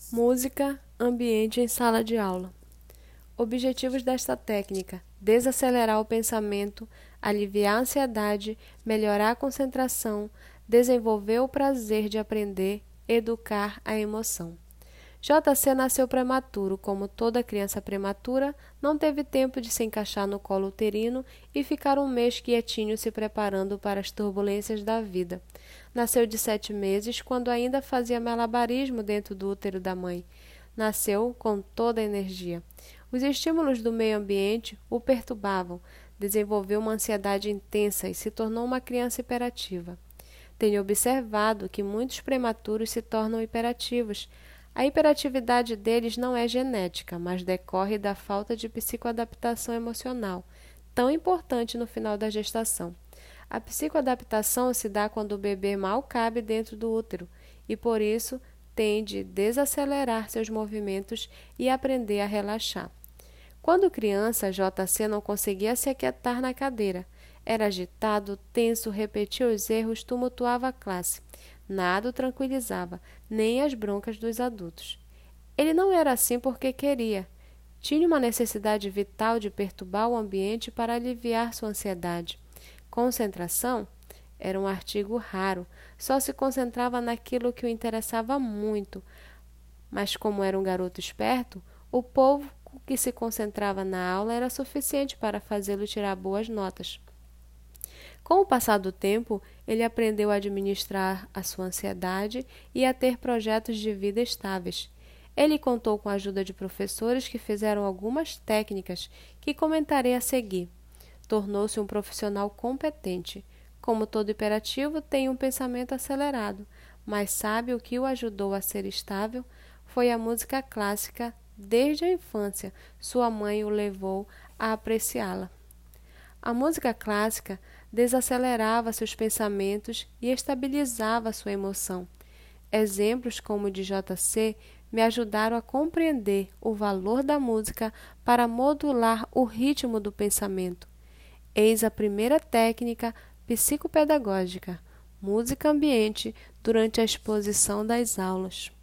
Música, ambiente em sala de aula. Objetivos desta técnica: desacelerar o pensamento, aliviar a ansiedade, melhorar a concentração, desenvolver o prazer de aprender, educar a emoção. JC nasceu prematuro. Como toda criança prematura, não teve tempo de se encaixar no colo uterino e ficar um mês quietinho se preparando para as turbulências da vida. Nasceu de 7 meses, quando ainda fazia malabarismo dentro do útero da mãe. Nasceu com toda a energia. Os estímulos do meio ambiente o perturbavam, desenvolveu uma ansiedade intensa e se tornou uma criança hiperativa. Tenho observado que muitos prematuros se tornam hiperativos. A hiperatividade deles não é genética, mas decorre da falta de psicoadaptação emocional, tão importante no final da gestação. A psicoadaptação se dá quando o bebê mal cabe dentro do útero e, por isso, tende a desacelerar seus movimentos e aprender a relaxar. Quando criança, JC não conseguia se aquietar na cadeira. Era agitado, tenso, repetia os erros, tumultuava a classe. Nada o tranquilizava, nem as broncas dos adultos. Ele não era assim porque queria. Tinha uma necessidade vital de perturbar o ambiente para aliviar sua ansiedade. Concentração era um artigo raro, só se concentrava naquilo que o interessava muito. Mas como era um garoto esperto, o pouco que se concentrava na aula era suficiente para fazê-lo tirar boas notas. Com o passar do tempo, ele aprendeu a administrar a sua ansiedade e a ter projetos de vida estáveis. Ele contou com a ajuda de professores que fizeram algumas técnicas que comentarei a seguir. Tornou-se um profissional competente. Como todo hiperativo, tem um pensamento acelerado, mas sabe o que o ajudou a ser estável? Foi a música clássica. Desde a infância, sua mãe o levou a apreciá-la. A música clássica desacelerava seus pensamentos e estabilizava sua emoção. Exemplos como o de JC me ajudaram a compreender o valor da música para modular o ritmo do pensamento. Eis a primeira técnica psicopedagógica: música ambiente durante a exposição das aulas.